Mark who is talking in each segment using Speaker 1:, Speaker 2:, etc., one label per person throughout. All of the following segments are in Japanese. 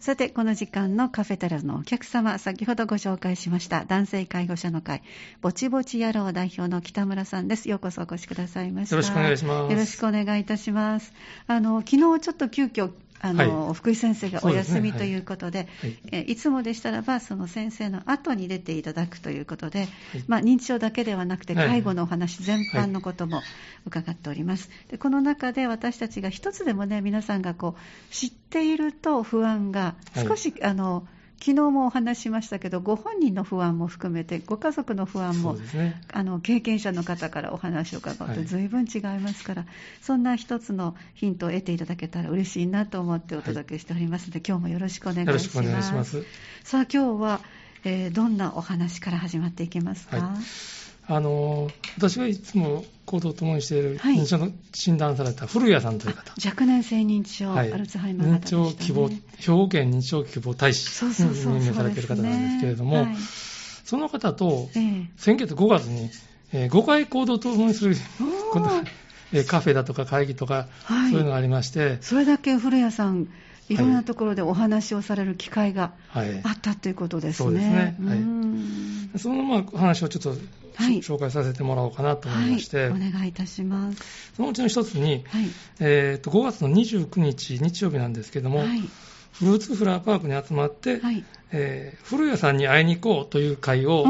Speaker 1: さて、この時間のカフェテラのお客様、先ほどご紹介しました男性介護者の会ぼちぼち野郎代表の北村さんです。ようこそお越しくださいました。
Speaker 2: よろしくお願いします。
Speaker 1: よろしくお願いいたします。昨日ちょっと急遽福井先生がお休みということで、いつもでしたらばその先生の後に出ていただくということで、認知症だけではなくて介護のお話全般のことも伺っております。でこの中で私たちが一つでもね、皆さんが知っていると不安が少し、昨日もお話ししましたけど、ご本人の不安も含めてご家族の不安も、経験者の方からお話を伺うと随分違いますから、そんな一つのヒントを得ていただけたら嬉しいなと思ってお届けしておりますので、今日もよろしくお願いします。
Speaker 2: よろしくお願いします。
Speaker 1: さあ今日は、どんなお話から始まっていけますか？
Speaker 2: 私がいつも行動を共にしている認知症の診断された古谷さんという方、
Speaker 1: 若年性認知症、アルツハイマー型でしたね。
Speaker 2: 認知症希望、兵庫県認知症希望大使に任命されている方なんですけれども、その方と先月5月に5回行動を共にするカフェだとか会議とか、そういうのがありまして、
Speaker 1: それだけ古谷さんいろんなところでお話をされる機会があったということですね。
Speaker 2: そうですね。その話をちょっと紹介させてもらおうかなと思いまして、
Speaker 1: お願いいたします。
Speaker 2: そのうちの一つに、5月の29日日曜日なんですけども、フルーツフラワーパークに集まって、古谷さんに会いに行こうという会を、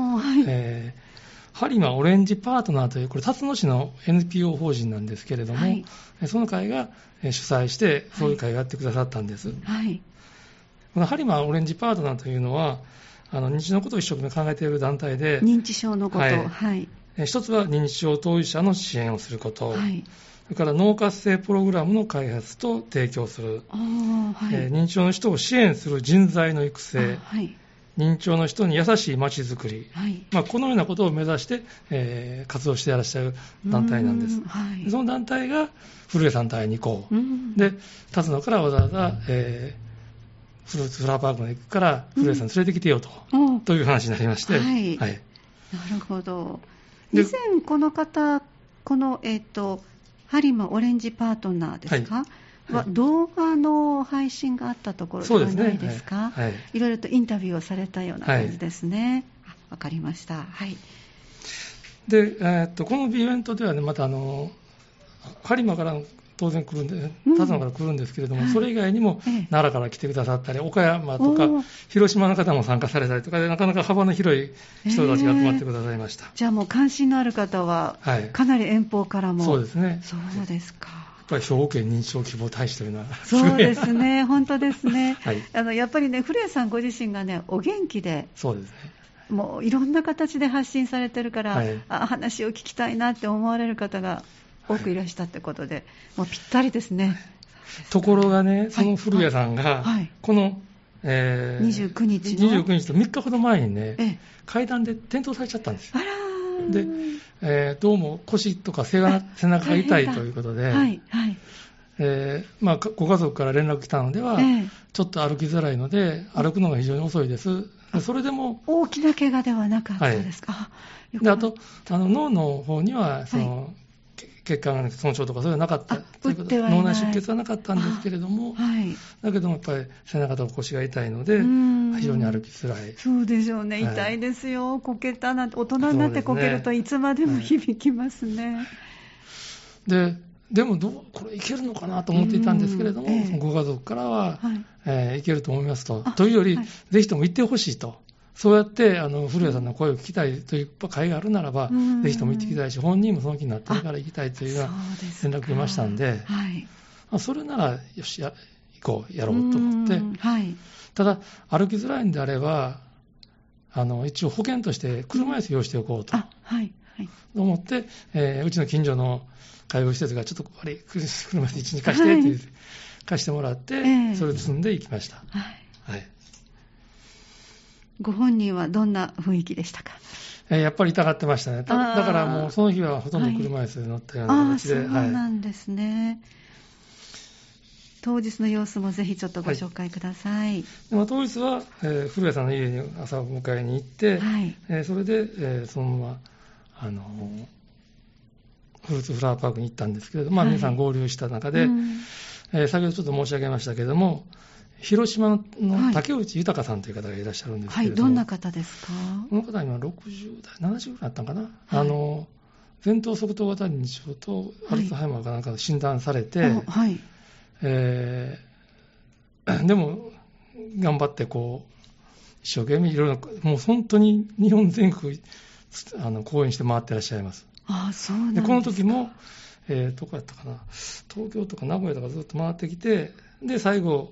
Speaker 2: ハリマオレンジパートナーという、これ辰野市の NPO 法人なんですけれども、その会が主催してそういう会をやってくださったんです。このハリマオレンジパートナーというのは認知のことを一生懸命考えている団体で、
Speaker 1: 認知症のこと、
Speaker 2: 一つは認知症当事者の支援をすること、それから脳活性プログラムの開発と提供する、認知症の人を支援する人材の育成、認知症の人に優しい街づくり、このようなことを目指して、活動していらっしゃる団体なんです。その団体が古谷さんと会いに行こう、で辰野からわざわざ、フルーツフラワーパークまで行くから古谷さん連れてきてよという話になりまして、な
Speaker 1: るほど。以前この方、この、ハリマオレンジパートナーですか、動画の配信があったところではないですか？いろいろとインタビューをされたような感じですね。わかりました。
Speaker 2: で、このイベントではね、またハリマから当然来るんで、辰野から来るんですけれども、それ以外にも奈良から来てくださったり、岡山とか広島の方も参加されたりとかで、なかなか幅の広い人たちが集まってくださいました。
Speaker 1: じゃあもう関心のある方は、かなり遠方からも。
Speaker 2: そうですね。
Speaker 1: そうですか。
Speaker 2: やっぱり兵庫県認知症希望大使というのは
Speaker 1: そうですね、本当ですね。やっぱりね、古谷さんご自身がね、お元気で、
Speaker 2: そうですね。
Speaker 1: もういろんな形で発信されてるから、話を聞きたいなって思われる方が多くいらしたってことで、もうぴったりですね。
Speaker 2: ところがね、その古谷さんが、この、
Speaker 1: 29日
Speaker 2: と3日ほど前にね、階段で転倒されちゃったんですよ。で、どうも腰とか背中が痛いということで、ご家族から連絡来たのでは、ちょっと歩きづらいので、歩くのが非常に遅いです。それでも
Speaker 1: 大きな怪我ではなかったですか？
Speaker 2: で、あと脳の方には血管が損傷とかそういうのはなかったということで、脳内出血はなかったんですけれども、だけどもやっぱり背中と腰が痛いので非常に歩きづらい。
Speaker 1: そうでしょうね、痛いですよ。こけたなんて、大人になってこけるといつまでも響きますね。
Speaker 2: でもこれいけるのかなと思っていたんですけれども、ご家族からは、いけると思いますというより、ぜひとも行ってほしいと。そうやって古谷さんの声を聞きたいという会があるならば、ぜひとも行ってきたいし、本人もその気になってるから行きたいというような連絡が来ましたんで、それならよし行こう、やろうと思って、ただ歩きづらいんであれば一応保険として車椅子用意しておこうと思って、うちの近所の介護施設がちょっと車椅子1日貸してって貸してもらって、それで積んで行きました。
Speaker 1: ご本人はどんな雰囲気でしたか？
Speaker 2: やっぱり痛がってましたね。だからもうその日はほとんど車椅子に乗ったような形で。
Speaker 1: そうなんですね。当日の様子もぜひちょっとご紹介ください。
Speaker 2: 当日は、古谷さんの家に朝を迎えに行って、それで、そのままフルーツフラワーパークに行ったんですけれども、皆さん合流した中で、先ほどちょっと申し上げましたけれども、 広島の竹内豊さんという方がいらっしゃるんですけれども、
Speaker 1: どんな方ですか？
Speaker 2: この方は今60代、70ぐらいだったのかな、前頭側頭型認知症とアルツハイマーかなんか診断されて、でも頑張って一生懸命いろいろ、もう本当に日本全国講演して回ってらっしゃいます。
Speaker 1: そうなんですか。
Speaker 2: でこの時も、どこやったかな、東京とか名古屋とかずっと回ってきて、で最後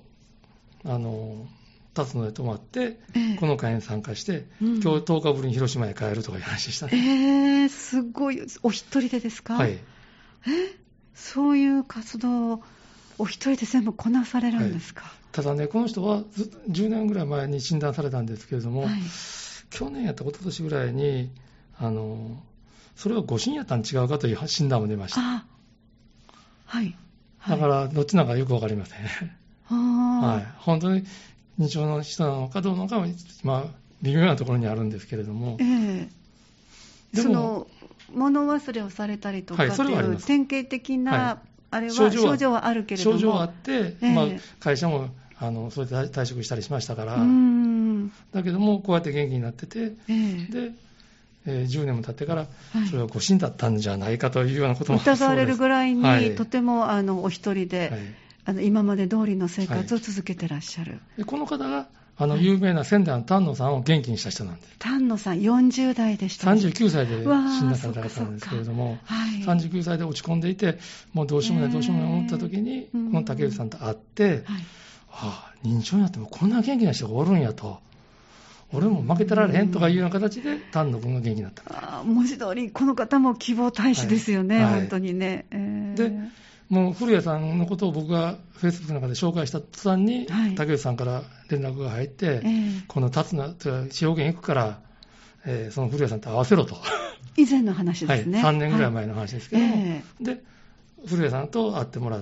Speaker 2: 立つので泊まって、この会に参加して、今日10日ぶりに広島へ帰るとかいう話でしたね。
Speaker 1: すごい。お一人でですか？
Speaker 2: はい。
Speaker 1: そういう活動をお一人で全部こなされるんですか？
Speaker 2: ただね、この人は10年ぐらい前に診断されたんですけれども、去年やった一昨年ぐらいにそれは誤診やったん違うかという診断も出ました。だからどっちなのかよく分かりません。本当に認知症の人なのかどうなのかは今微妙なところにあるんですけれども、
Speaker 1: でも物忘れをされたりとかっていう典型的な、あれは症状はあるけれども、
Speaker 2: 症状はあって、会社もそれで退職したりしましたから、だけどもこうやって元気になってて、で10年も経ってからそれは誤診だったんじゃないかというようなことも
Speaker 1: 疑われるぐらいに、とてもお一人で、今まで通りの生活を続けてらっしゃる。
Speaker 2: でこの方が有名な仙台の丹野さんを元気にした人なんです。
Speaker 1: 丹野さん40代でしたね。
Speaker 2: 39歳で診断された方なんですけれども、39歳で落ち込んでいて、もうどうしようもないどうしようもない思った時に、この竹内さんと会って、認知症になってもこんな元気な人がおるんやと、俺も負けてられへんとかいうような形で丹野君が元気になった。
Speaker 1: 文字通りこの方も希望大使ですよね、本当にね。
Speaker 2: でもう古谷さんのことを僕がフェイスブックの中で紹介した途端に、竹内さんから連絡が入って、この立つな地方圏行くから、その古谷さんと合わせろと。
Speaker 1: 以前の話ですね。
Speaker 2: 3年ぐらい前の話ですけども、で古谷さんと会ってもらって、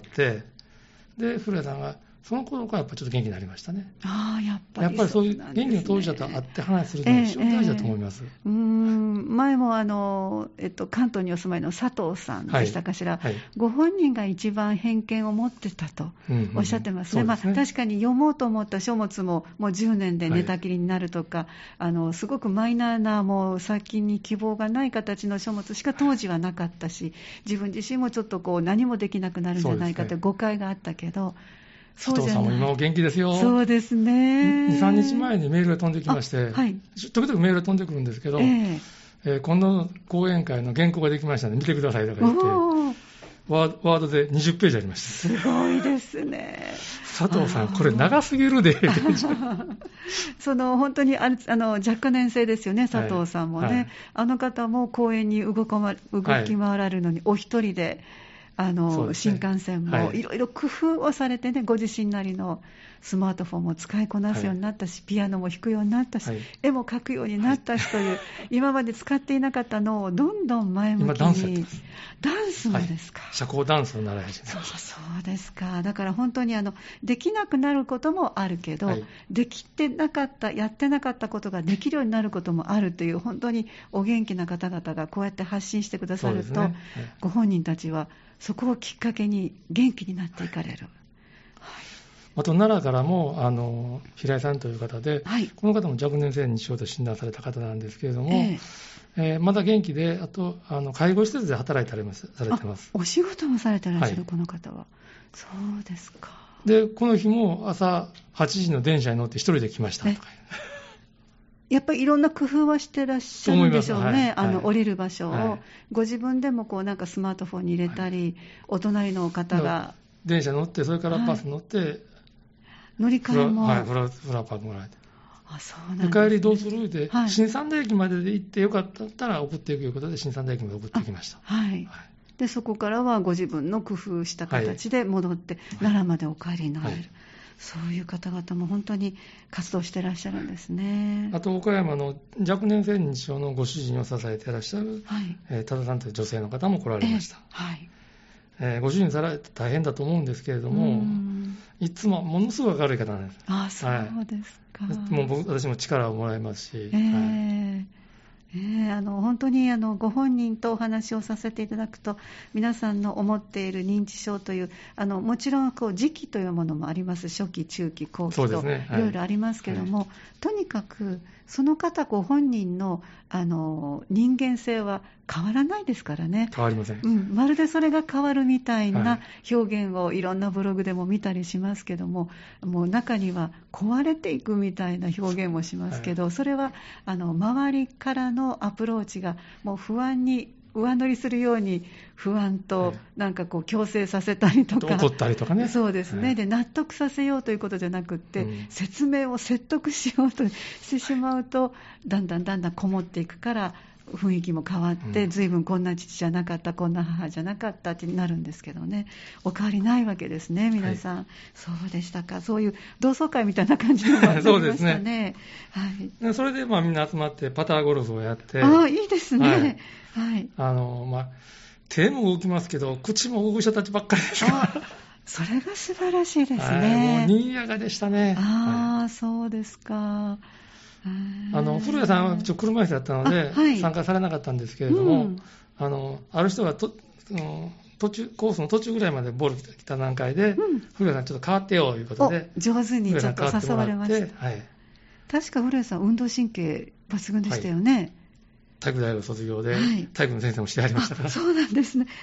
Speaker 2: で古谷さんがその頃からやっぱりちょっと元気になりましたね。
Speaker 1: やっぱり
Speaker 2: そういう元気の当事者と会って話するのが非常に大事だと思います。
Speaker 1: 前も関東にお住まいの佐藤さんでしたかしら、ご本人が一番偏見を持ってたとおっしゃってますね。確かに読もうと思った書物ももう10年で寝たきりになるとか、すごくマイナーなもう先に希望がない形の書物しか当時はなかったし、自分自身もちょっと何もできなくなるんじゃないかという誤解があったけど、
Speaker 2: 佐藤さんも今お元気ですよ。
Speaker 1: そうですね。
Speaker 2: 2、3日前にメールが飛んできまして、時々メールが飛んでくるんですけど、今度の講演会の原稿ができましたので見てくださいとか言って、ワードで20ページありました。
Speaker 1: すごいですね。
Speaker 2: 佐藤さん、これ長すぎるで。
Speaker 1: 本当に若年性ですよね、佐藤さんもね。あの方も講演に動き回られるのにお一人で、新幹線もいろいろ工夫をされてね、ご自身なりのスマートフォンも使いこなすようになったし、ピアノも弾くようになったし、絵も描くようになったしという、今まで使っていなかったのをどんどん前向きに。ダンスもですか？
Speaker 2: 社交ダンスを習い始め
Speaker 1: ました。そうですか。だから本当にできなくなることもあるけど、できてなかった、やってなかったことができるようになることもあるという、本当にお元気な方々がこうやって発信してくださると、ご本人たちはそこをきっかけに元気になっていかれる。
Speaker 2: あと奈良からも平井さんという方で、この方も若年性認知症と診断された方なんですけれども、まだ元気で、あと介護施設で働いてされてます。
Speaker 1: お仕事もされてらっしゃる、この方は。そうですか。
Speaker 2: でこの日も朝8時の電車に乗って一人で来ましたとか。
Speaker 1: やっぱりいろんな工夫はしてらっしゃるんでしょうね。降りる場所を、ご自分でもなんかスマートフォンに入れたり、お隣の方が
Speaker 2: 電車乗って、それからバス乗って、
Speaker 1: 乗り換えも
Speaker 2: フラパークもらえて、
Speaker 1: そうなんですね。
Speaker 2: 帰りどうするで、新三田駅までで行ってよかったら送っていくということで、新三田駅まで送ってきました。で
Speaker 1: そこからはご自分の工夫した形で戻って、奈良までお帰りになれる。そういう方々も本当に活動してらっしゃるんですね。
Speaker 2: あと岡山の若年性認知症のご主人を支えていらっしゃる、多田さんという女性の方も来られました。ご主人されて大変だと思うんですけれども、いつもものすごく明るい方なんです。
Speaker 1: そうですか。
Speaker 2: もう私も力をもらいますし、
Speaker 1: 本当にご本人とお話をさせていただくと、皆さんの思っている認知症というもちろん時期というものもあります。初期、中期、後期といろいろありますけれども、とにかくその方ご本人の人間性は変わらないですからね。
Speaker 2: 変わりません、
Speaker 1: まるでそれが変わるみたいな表現をいろんなブログでも見たりしますけども、もう中には壊れていくみたいな表現もしますけど、それは周りからのアプローチがもう不安に上乗りするように不安となんか強制させたりとか、
Speaker 2: 怒ったりとかね。
Speaker 1: そうですね、で納得させようということじゃなくって、説明を説得しようとしてしまうと、だんだんこもっていくから雰囲気も変わって、随分こんな父じゃなかった、こんな母じゃなかったってなるんですけどね。お変わりないわけですね、皆さん。そうでしたか。そういう同窓会みたいな感じのもありましたね。
Speaker 2: そうですね。それでみんな集まってパターゴルフをやって。
Speaker 1: いいですね。
Speaker 2: 手も動きますけど、口も動く人たちばっかりですから。
Speaker 1: それが素晴らしいですね。
Speaker 2: もう賑やかでしたね。
Speaker 1: そうですか。
Speaker 2: 古谷さんは車椅子だったので、参加されなかったんですけれども、ある人がコースの途中ぐらいまでボール来た段階で、古谷さんちょっと変わってよということで、
Speaker 1: 上手にちょっと誘われました。確か古谷さん運動神経抜群でしたよね。
Speaker 2: 体育大学卒業で、体育の先生もしてありましたから。
Speaker 1: そうなんですね。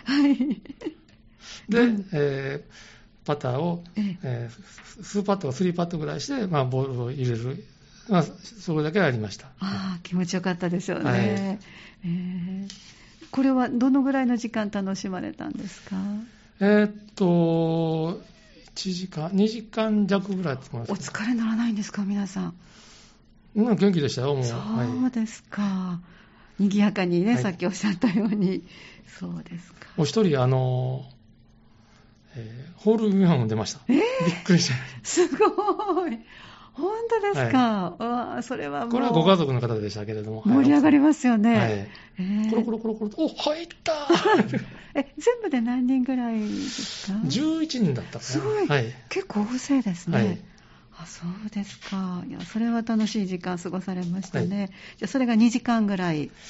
Speaker 2: で、パターを、2パットか3パットぐらいして、ボールを入れる。それだけありました。
Speaker 1: 気持ちよかったですよね。これはどのぐらいの時間楽しまれたんですか
Speaker 2: ？1時間、2時間弱ぐらいやってます。
Speaker 1: お疲れにならないんですか、皆さん？
Speaker 2: 元気でしたよ、もう。
Speaker 1: そうですか。賑やかにね、さっきおっしゃったように。そうですか。
Speaker 2: お一人、ホールインワンも出ました。びっくりした。
Speaker 1: すごい。本当ですか。それはもう。
Speaker 2: これはご家族の方でしたけれども。
Speaker 1: 盛り上がりますよね。
Speaker 2: コロコロ、お、入った
Speaker 1: 全部で何人ぐらいですか
Speaker 2: ？11人だったかな。
Speaker 1: すごい。結構大勢ですね。そうですか。いや、それは楽しい時間過ごされましたね。じゃあ、それが2時間ぐらい。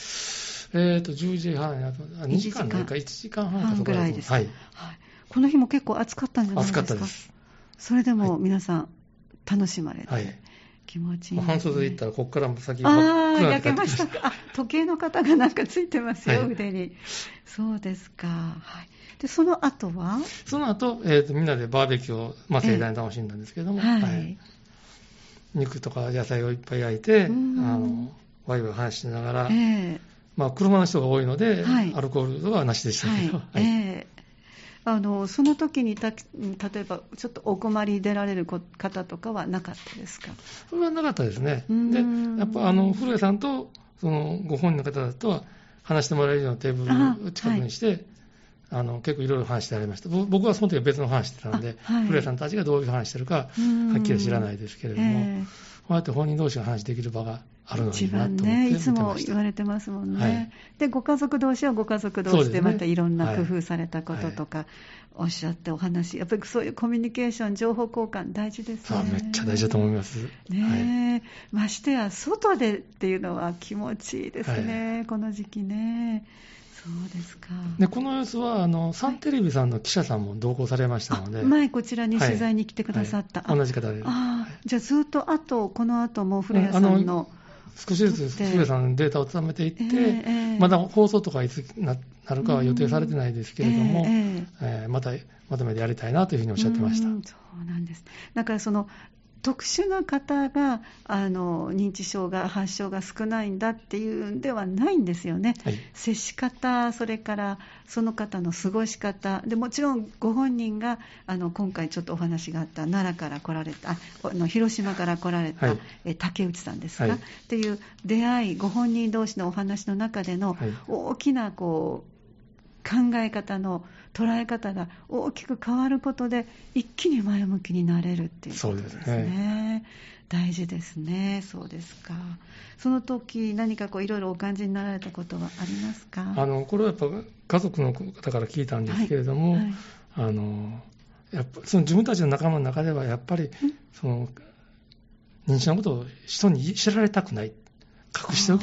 Speaker 2: 10時半、2時間か1時間半
Speaker 1: ぐらいです。この日も結構暑かったんじゃないですか？
Speaker 2: 暑かったです。
Speaker 1: それでも皆さん楽しまれて、気持ちいいですね。
Speaker 2: 半袖で行ったらここから先
Speaker 1: 焼けましたか。時計の型がなんかついてますよ、腕に。そうですか。でその後は？
Speaker 2: その後、みんなでバーベキューを、盛大に楽しんだんですけども、肉とか野菜をいっぱい焼いて、ワイワイ話しながら、車の人が多いので、アルコールはなしでしたけど、
Speaker 1: その時に例えばちょっとお困り出られる方とかはなかったですか？
Speaker 2: それはなかったですね。でやっぱ古谷さんとそのご本人の方とは話してもらえるようなテーブルを近くにして、結構いろいろ話してありました。僕はその時は別の話してたので、古谷さんたちがどういう話してるかはっきり知らないですけれども、こうやって本人同士が話できる場があるのになと思って見てました。一番ね、いつも言われてますもんね。で、ご家族同士はご家族同士でまたいろんな工夫されたこととかおっしゃってお話、やっぱりそういうコミュニケーション、情報交換大事ですね。 めっちゃ大事だと思います。
Speaker 1: ましてや外でっていうのは気持ちいいですね、この時期ね。そうですか。
Speaker 2: でこの様子はサンテレビさんの記者さんも同行されましたので、
Speaker 1: 前こちらに取材に来てくださった、
Speaker 2: 同じ方で。
Speaker 1: じゃあずっとこの後も古谷さんの
Speaker 2: 少しずつ古谷さんのデータを貯めていって、まだ放送とかいつなるかは予定されてないですけれども、またまとめてやりたいなというふうにおっしゃってました。
Speaker 1: そうなんです。だからその特殊な方が認知症が発症が少ないんだっていうんではないんですよね、接し方、それからその方の過ごし方で、もちろんご本人が今回ちょっとお話があった奈良から来られた広島から来られた、竹内さんですか、っていう出会い、ご本人同士のお話の中での大きな考え方の捉え方が大きく変わることで一気に前向きになれるっていうことですね。そうですね。大事ですね。そうですか。その時何かいろいろお感じになられたことはありますか？こ
Speaker 2: れはやっぱ家族の方から聞いたんですけれども、やっぱその自分たちの仲間の中ではやっぱりその認知症のことを人に知られたくない、隠しておきたいっ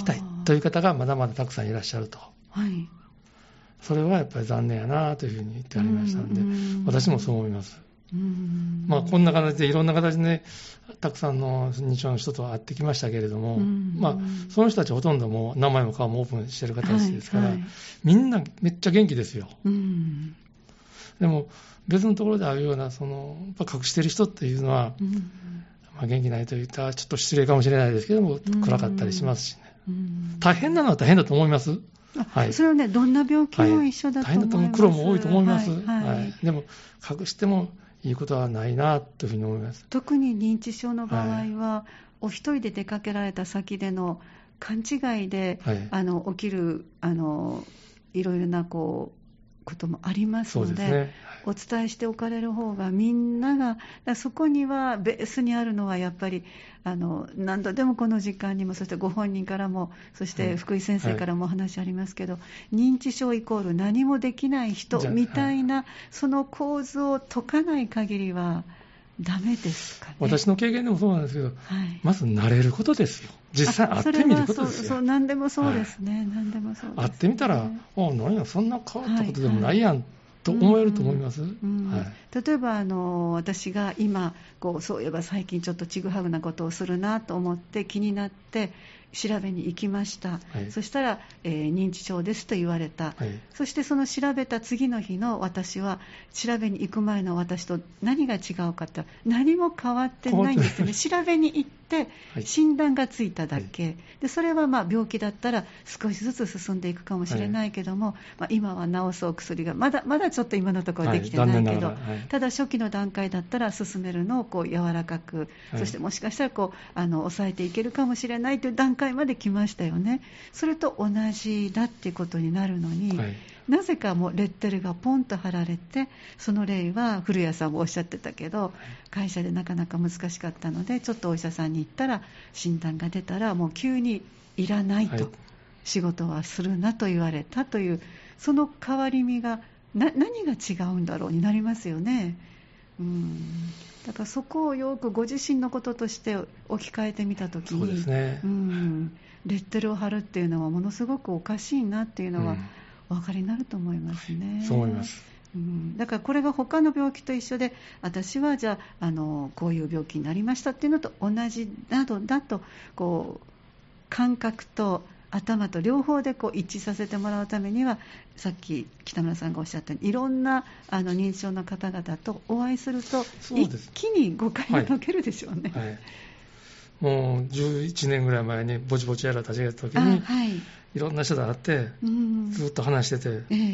Speaker 2: という方がまだまだたくさんいらっしゃると。
Speaker 1: はい。
Speaker 2: それはやっぱり残念やなというふうに言ってありましたので、私もそう思います。まあ、こんな形でいろんな形で、ね、たくさんの認知症の人と会ってきましたけれども、まあ、その人たちほとんどもう名前も顔もオープンしてる方たちですから、みんなめっちゃ元気ですよ。でも別のところで会うようなやっぱ隠してる人っていうのは、まあ、元気ないといったらちょっと失礼かもしれないですけども、暗かったりしますしね。大変なのは大変だと思います。
Speaker 1: はい、それはね、どんな病気も一緒だと思います。
Speaker 2: 大変だと思う、苦労も多いと思います。でも隠してもいいことはないなというふうに思います。
Speaker 1: 特に認知症の場合は、お一人で出かけられた先での勘違いで、起きるいろいろなこともありますので、お伝えしておかれる方がみんなが、そこにはベースにあるのはやっぱり何度でもこの時間にも、そしてご本人からも、そして福井先生からもお話ありますけど、認知症イコール何もできない人みたいな、その構図を解かない限りはダメですかね。
Speaker 2: 私の経験でもそうなんですけど、まず慣れることですよ。実際会ってみることですよ。
Speaker 1: そう何でもそうですね、何でもそうですね。
Speaker 2: 会ってみたら、何やそんな変わったことでもないやん、と思えると思います。
Speaker 1: 例えば私が今そういえば最近ちょっとちぐはぐなことをするなと思って気になって調べに行きました。そしたら、認知症ですと言われた。そしてその調べた次の日の私は、調べに行く前の私と何が違うかって、何も変わってないんですよね。調べに行って診断がついただけ、でそれはまあ病気だったら少しずつ進んでいくかもしれないけども、今は治すお薬がまだちょっと今のところできてないけど、ただ初期の段階だったら進めるのを柔らかく、そしてもしかしたら抑えていけるかもしれないという段階まで来ましたよね。それと同じだっていうことになるのに、なぜかもうレッテルがポンと貼られて、その例は古谷さんもおっしゃってたけど、会社でなかなか難しかったのでちょっとお医者さんに行ったら診断が出たらもう急にいらないと、仕事はするなと言われたという、その変わり身が何が違うんだろうになりますよね。だからそこをよくご自身のこととして置き換えてみたときに、
Speaker 2: そうですね、
Speaker 1: レッテルを貼るっていうのはものすごくおかしいなっていうのはお分かりになると思いますね。
Speaker 2: そう思います。
Speaker 1: だからこれが他の病気と一緒で、私はじゃあ、こういう病気になりましたっていうのと同じなどだと感覚と頭と両方で一致させてもらうためには、さっき北村さんがおっしゃったようにいろんな認知症の方々とお会いすると一気に誤解が解けるでしょうね。
Speaker 2: もう11年ぐらい前にぼちぼちやら立ち上げた時に、いろんな人と会ってずっと話してて、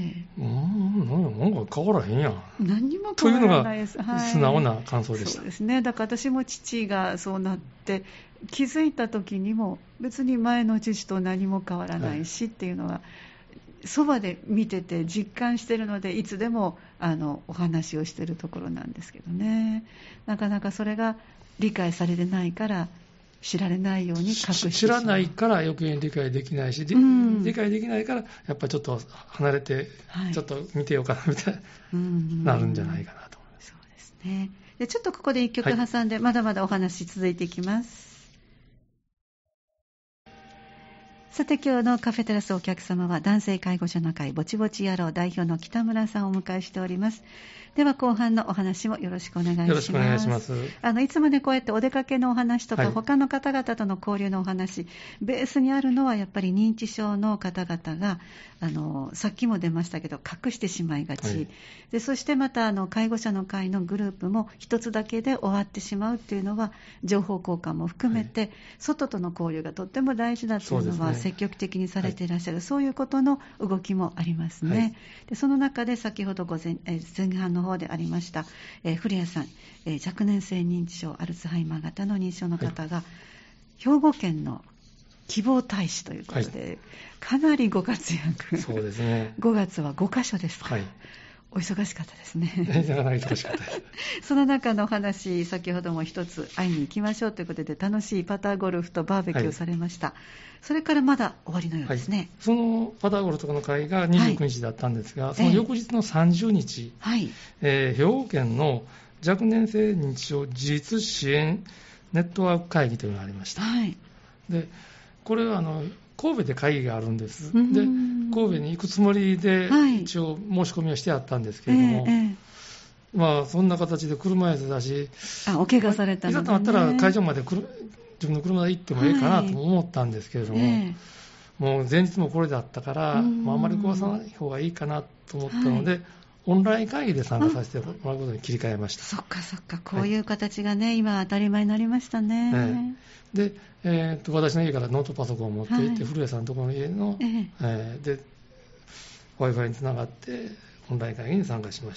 Speaker 2: なんか変わらへんやん、
Speaker 1: 何にも変わらないです。
Speaker 2: というのが素直な感想でした。
Speaker 1: そうですね。だから私も父がそうなって気づいた時にも別に前の父と何も変わらないしっていうのはそばで見てて実感しているので、いつでもお話をしているところなんですけどね。なかなかそれが理解されてないから知られないように隠してしまう。
Speaker 2: 知らないから余計に理解できないし、理解できないからやっぱりちょっと離れて、ちょっと見てようかなみたいになるんじゃないかなと思います。
Speaker 1: そうですね。でちょっとここで1曲挟んで、まだまだお話続いていきます。さて今日のカフェテラスお客様は男性介護者の会ぼちぼち野郎代表の北村さんをお迎えしております。では後半のお話もよろしくお願いします。
Speaker 2: よろしくお願いします。
Speaker 1: いつもねこうやってお出かけのお話とか、他の方々との交流のお話、ベースにあるのはやっぱり認知症の方々がさっきも出ましたけど隠してしまいがち、でそしてまた介護者の会のグループも一つだけで終わってしまうっていうのは情報交換も含めて、外との交流がとっても大事だというのは積極的にされていらっしゃる、そういうことの動きもありますね。でその中で先ほど前半の方でありました、古谷さん、若年性認知症アルツハイマー型の認知症の方が、兵庫県の希望大使ということで、かなりご活躍。
Speaker 2: そうですね。
Speaker 1: 5月は5カ所ですから、お忙しかったですね。
Speaker 2: なかなか忙しかったです。
Speaker 1: その中のお話、先ほども一つ会いに行きましょうということで、楽しいパターゴルフとバーベキューをされました。それからまだ終わりのようですね。
Speaker 2: そのパターゴルフとかの会が29日だったんですが、その翌日の30日、兵庫県の若年性認知症自立支援ネットワーク会議というのがありました。でこれは神戸で会議があるんです。で、神戸に行くつもりで一応申し込みをしてあったんですけれども、まあそんな形で車椅子だし、
Speaker 1: お怪我されたので、ね、
Speaker 2: いざとなったら会場まで自分の車で行ってもいいかなとも思ったんですけれども、もう前日もこれだったから、まあ、あまり壊さない方がいいかなと思ったので、オンライン会議で参加させてもらうことに切り替えました。
Speaker 1: そっかそっか、こういう形がね、今当たり前になりましたね。
Speaker 2: で、私の家からノートパソコンを持っていって、古谷さんのところの家の、で Wi-Fi につながってオンライン会議に参加しました。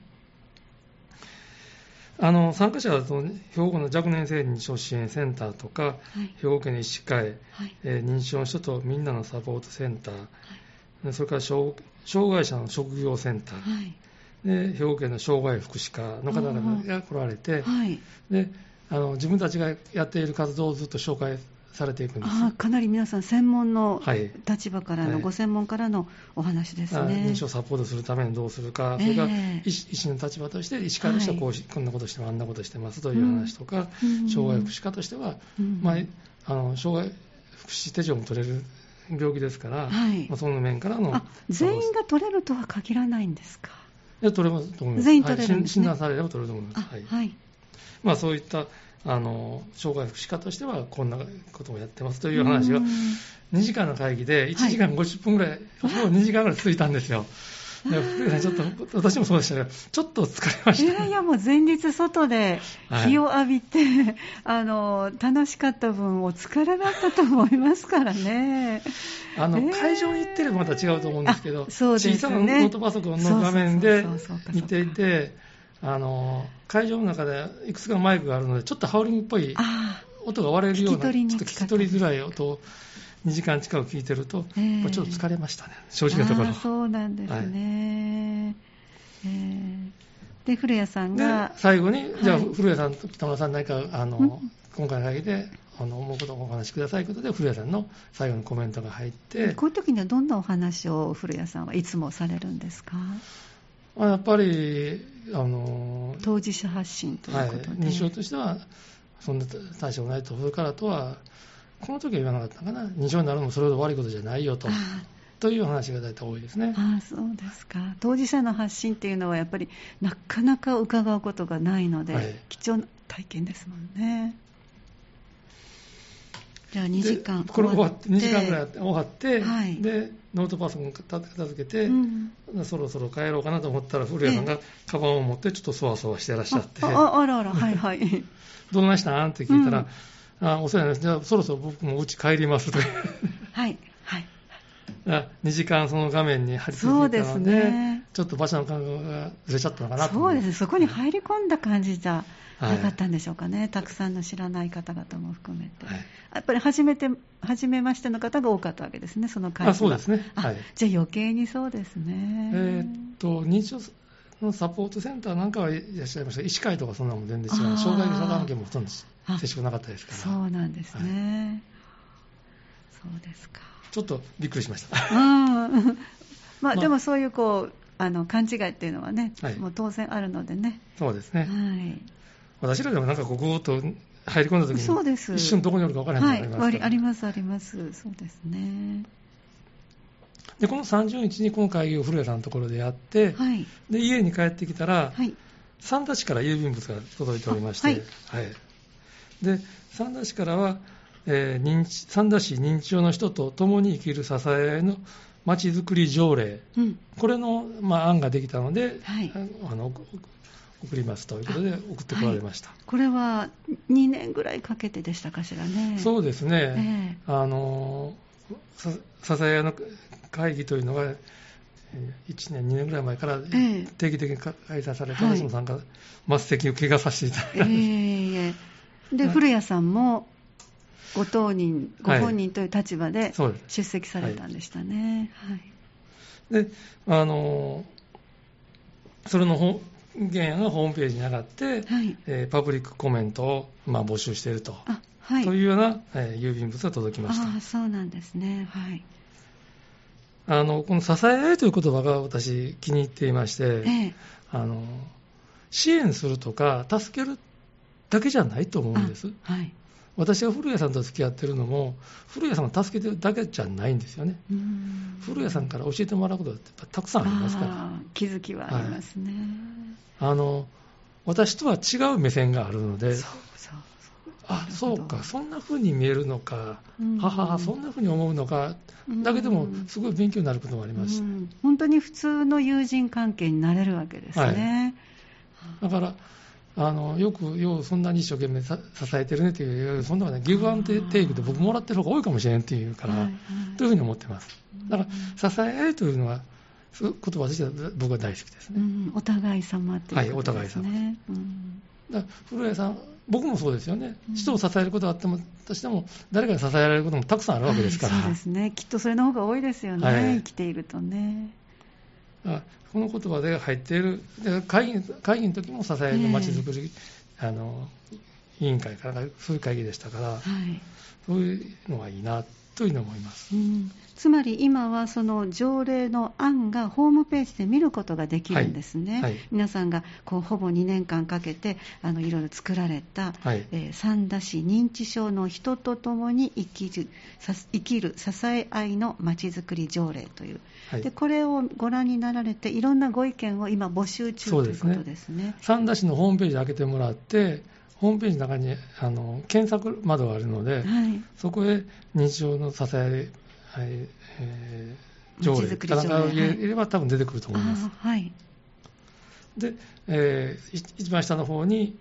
Speaker 2: 参加者は兵庫の若年性認知症支援センターとか、兵庫県の医師会、認知症の人とみんなのサポートセンター、それから障害者の職業センター、で兵庫県の障害福祉課の方々が来られて、で自分たちがやっている活動をずっと紹介されていくんです。
Speaker 1: かなり皆さん専門の立場からの、ご専門からのお話ですね。
Speaker 2: 認知症をサポートするためにどうするか、それから医師の立場として医師会としてはこんなことしてもあんなことしてますという話とか、障害福祉課としては、障害福祉手帳も取れる病気ですから、その面からの
Speaker 1: 全員が取れるとは限らないんですか？
Speaker 2: 取れますと思います。
Speaker 1: 全員取れるんですね。
Speaker 2: 診断されれば取れると思います。そういった障害福祉課としてはこんなことをやってますという話が2時間の会議で1時間50分ぐらい、ほぼ2時間ぐらい続いたんですよ。ちょっと私もそうでしたけど、ちょっと疲れました。
Speaker 1: いやもう前日外で日を浴びて、楽しかった分お疲れだったと思いますからね。
Speaker 2: 会場に行ってればまた違うと思うんですけど、
Speaker 1: そうですね、
Speaker 2: 小さなノートパソコンの画面で見ていて、会場の中でいくつかマイクがあるので、ちょっとハウリングっぽい音が割れるような、ちょっと聞き取りづらい音を2時間近く聞いてると、ちょっと疲れましたね、正直なところ。
Speaker 1: そうなんですね。で、古谷さんが
Speaker 2: 最後に、じゃあ古谷さんと北村さん、何か今回の会議で思うことをお話しくださいということで、古谷さんの最後のコメントが入って、
Speaker 1: こういう時にはどんなお話を古谷さんはいつもされるんですか？
Speaker 2: やっぱり
Speaker 1: 当事者発信ということで、
Speaker 2: 認知症としてはそんな大したことないと、それからとはこの時は言わなかったかな、認知症になるのもそれほど悪いことじゃないよという話が大体多いですね。
Speaker 1: そうですか。当事者の発信っていうのはやっぱりなかなか伺うことがないので、貴重な体験ですもんね。じゃあ2時間
Speaker 2: これ終わって2時間ぐらい終わって、でノートパソコン片付けて、そろそろ帰ろうかなと思ったら、古谷さんがカバンを持ってちょっとそわそわしてらっしゃって、
Speaker 1: あら
Speaker 2: どんなしたんって聞いたら、お世話になります、じゃあそろそろ僕もうち帰りますと2時間その画面に張り付いていたので、ちょっと場所の感覚がずれちゃったのかなと思います。
Speaker 1: そうですね、そこに入り込んだ感じじゃなかったんでしょうかね、たくさんの知らない方々も含めて、やっぱり初めましての方が多かったわけですね、その会議は。
Speaker 2: そうですね、
Speaker 1: じゃあ余計にそうですね。
Speaker 2: 認知症のサポートセンターなんかはいらっしゃいました。医師会とかそんなのも全然違う、障害者関係もほとんど接触なかったですから。
Speaker 1: そうなんですね、そうですか。
Speaker 2: ちょっとびっくりしました。
Speaker 1: でもそういう勘違いっていうのはね、もう当然あるのでね。
Speaker 2: そうですね。私らでもなんかぐーっと入り込んだ時に一瞬どこにおるか分からないと思いますから。
Speaker 1: あります。そうですね。
Speaker 2: でこの30日にこの会議を古谷さんのところでやって、で家に帰ってきたら、三田市から郵便物が届いておりまして、で三田市からは、三田市認知症の人と共に生きる支えのまちづくり条例、これの、案ができたので、送りますということで送ってこられました。
Speaker 1: これは2年ぐらいかけてでしたかしらね。
Speaker 2: そうですね、支えの会議というのが1年、2年ぐらい前から定期的に開催されて、私も参加、末席を怪我させていただいたんです。
Speaker 1: で古谷さんもご本人という立場で出席されたんでしたね。
Speaker 2: でそれの原案がホームページに上がって、パブリックコメントを募集しているというような郵便物が届きました。
Speaker 1: そうなんですね。
Speaker 2: この支え合いという言葉が私気に入っていまして、支援するとか助けるだけじゃないと思うんです。 私が古谷さんと付き合ってるのも、古谷さんを助けてるだけじゃないんですよね。古谷さんから教えてもらうことだってたくさんありますから。
Speaker 1: 気づきはありますね。
Speaker 2: 私とは違う目線があるので、そうか、そんな風に見えるのか、そんな風に思うのか、だけでもすごい勉強になることもありますし、
Speaker 1: 本当に普通の友人関係になれるわけですね。
Speaker 2: だからよくそんなに一生懸命支えてるねっていう、そんなのね、ギブアンドテイクで僕もらってる方が多いかもしれんっていうから、というふうに思ってます。だから支え合いというのは、言葉としては僕は大好きですね。
Speaker 1: お互い様っていうことですね。
Speaker 2: お互い様。だから古谷さん、僕もそうですよね。人を支えることがあっても、としても誰かに支えられることもたくさんあるわけですから。
Speaker 1: そうですね。きっとそれの方が多いですよね。生きているとね。
Speaker 2: この言葉で入っている、会議の時も支えるまちづくり、委員会からそういう会議でしたから、そういうのがいいなというのを思います。
Speaker 1: つまり今はその条例の案がホームページで見ることができるんですね。皆さんがほぼ2年間かけていろいろ作られた、三田市認知症の人とともに生きる支え合いのまちづくり条例という、でこれをご覧になられていろんなご意見を今募集中ということですね。
Speaker 2: 三田市のホームページ開けてもらって、ホームページの中に検索窓があるので、そこへ認知症の支え条例かなんかを入れれば多分出てくると思います。で、一番下の方に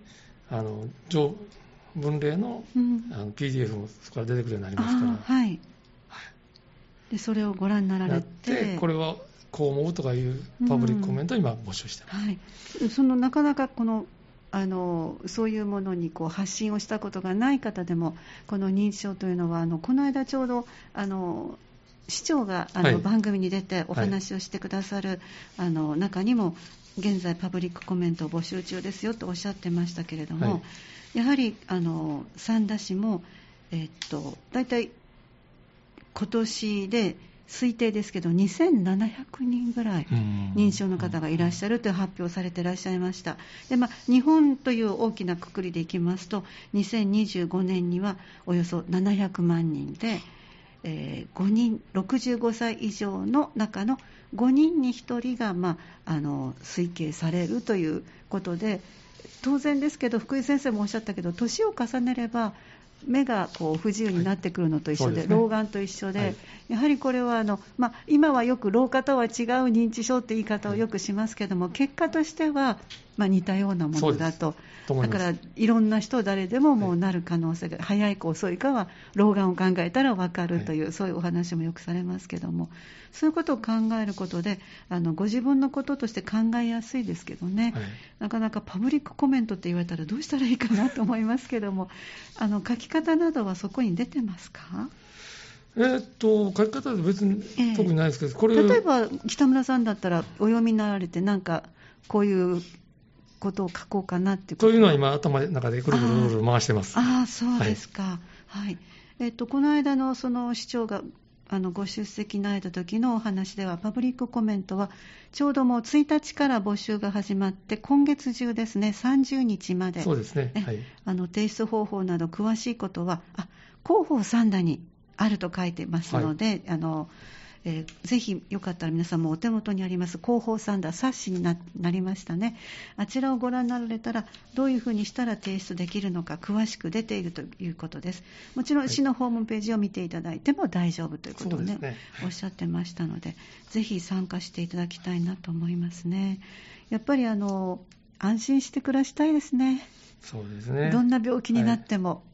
Speaker 2: 文例の、PDF もそこから出てくるようになりますから、
Speaker 1: でそれをご覧になられて、
Speaker 2: これはこう思うとかいうパブリックコメントを今募集しています。
Speaker 1: なかなかそういうものに発信をしたことがない方でも、この認知症というのはこの間ちょうど市長が番組に出てお話をしてくださる、中にも現在パブリックコメントを募集中ですよとおっしゃってましたけれども、やはり三田市もだいたい今年で推定ですけど2700人ぐらい認知症の方がいらっしゃるという発表されていらっしゃいました。で、日本という大きな括りでいきますと、2025年にはおよそ700万人で、5人、65歳以上の中の5人に1人が、推計されるということで、当然ですけど、福井先生もおっしゃったけど、年を重ねれば目が不自由になってくるのと一緒で、老眼と一緒で、やはりこれは今はよく老化とは違う認知症って言い方をよくしますけども、結果としては似たようなものだと。だからいろんな人誰でももうなる可能性が、早いか遅いかは老眼を考えたら分かるという、そういうお話もよくされますけども、そういうことを考えることでご自分のこととして考えやすいですけどね、なかなかパブリックコメントって言われたらどうしたらいいかなと思いますけども、書き方などはそこに出てますか？
Speaker 2: 書き方で別に特にないですけど、これ
Speaker 1: 例えば北村さんだったらお読みになられて、なんかこういうことを書こうかなっていうこと。
Speaker 2: というのは今頭の中でぐるぐるぐるぐる回してます。
Speaker 1: そうですか。この間のその市長がご出席になられた時のお話では、パブリックコメントはちょうどもう1日から募集が始まって、今月中ですね、30日まで。
Speaker 2: そうですね。
Speaker 1: 提出方法など詳しいことは広報三田にあると書いてますので、ぜひよかったら皆さんもお手元にあります広報三田冊子に なりましたね。あちらをご覧になられたら、どういうふうにしたら提出できるのか詳しく出ているということです。もちろん市のホームページを見ていただいても大丈夫ということをね、おっしゃってましたので、ぜひ参加していただきたいなと思いますね。やっぱり安心して暮らしたいですね。
Speaker 2: そうですね。
Speaker 1: どんな病気になっても、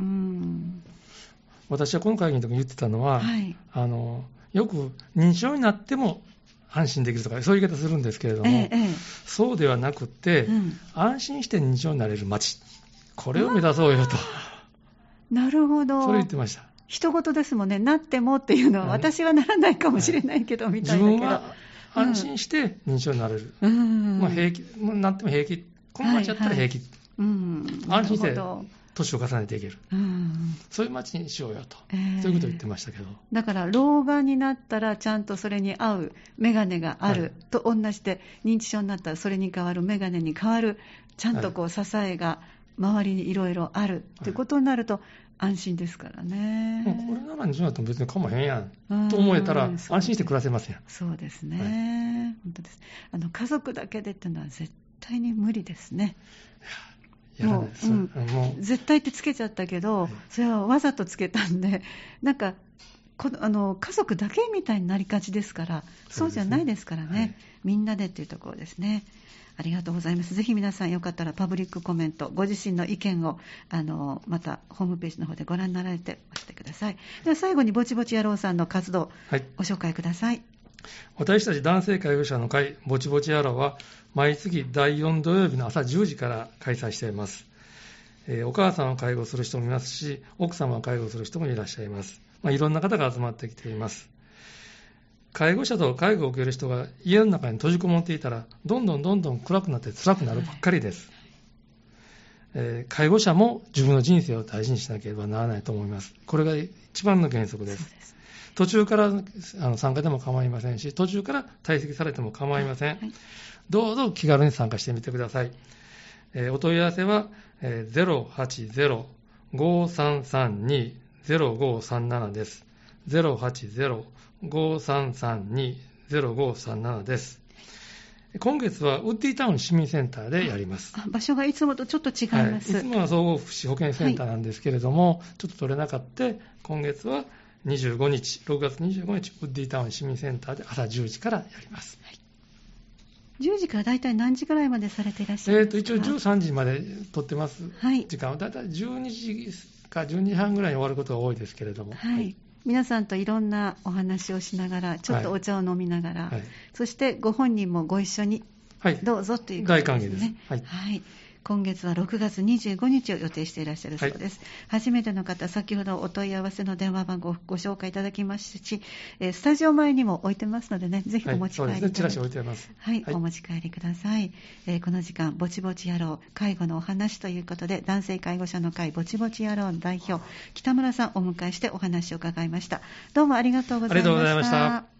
Speaker 2: 私はこの会議の時に言ってたのは、よく認知症になっても安心できるとか、そういう言い方するんですけれども、そうではなくて、安心して認知症になれる街、これを目指そうよと。
Speaker 1: なるほど。
Speaker 2: それ言ってました。
Speaker 1: 一言ですもんね、なってもっていうのは、私はならないかもしれないけど、みたいな。
Speaker 2: 自分は安心して認知症になれる。平気、なっても平気。この街やったら平気。安心して年を重ねていける、そういう街にしようよと、そういうことを言ってましたけど、
Speaker 1: だから老眼になったらちゃんとそれに合う眼鏡がある、と同じで、認知症になったらそれに代わる眼鏡に代わるちゃんと支えが周りにいろいろあるということになると、 安心ですからね。
Speaker 2: これなら西村とも別にかまへんやんと思えたら安心して暮らせますやん。
Speaker 1: そうですね、本当です。家族だけでっていうのは絶対に無理ですね。もう絶対ってつけちゃったけど、それはわざとつけたんで、なんか家族だけみたいになりがちですから、そうじゃないですからね、みんなでっていうところですね。ありがとうございます。ぜひ皆さんよかったらパブリックコメント、ご自身の意見をまたホームページの方でご覧になられておしてください。では最後にぼちぼち野郎さんの活動、ご紹介ください。
Speaker 2: 私たち男性介護者の会ぼちぼち野郎は毎月第4土曜日の朝10時から開催しています。お母さんを介護する人もいますし、奥様を介護する人もいらっしゃいます。いろんな方が集まってきています。介護者と介護を受ける人が家の中に閉じこもっていたら、どんどん暗くなって辛くなるばっかりです。介護者も自分の人生を大事にしなければならないと思います。これが一番の原則です。途中から参加でも構いませんし、途中から退席されても構いません。どうぞ気軽に参加してみてください。お問い合わせは 080-5332-0537 です。080-5332-0537 です。今月はウッディタウン市民センターでやります。
Speaker 1: 場所がいつもとちょっと違います。
Speaker 2: いつもは総合福祉保健センターなんですけれども、ちょっと取れなかった。今月は6月25日、ウッディタウン市民センターで朝10時からやります。
Speaker 1: 10時からだいたい何時ぐらいまでされていらっしゃるんですか？
Speaker 2: 一応13時まで取ってます。時間はだいたい12時か12時半ぐらいに終わることが多いですけれども。皆
Speaker 1: さんといろんなお話をしながら、ちょっとお茶を飲みながら、そしてご本人もご一緒にどうぞということですね。
Speaker 2: 大歓迎です。
Speaker 1: 今月は6月25日を予定していらっしゃるそうです。初めての方、先ほどお問い合わせの電話番号をご紹介いただきますし、スタジオ前にも置いてますのでね、ぜひお持ち帰りください。
Speaker 2: チラシ置いてます。
Speaker 1: お持ち帰りください。この時間、ぼちぼち野郎、介護のお話ということで、男性介護者の会ぼちぼち野郎の代表、北村さんをお迎えしてお話を伺いました。どうもありがとうございました。ありがとうございました。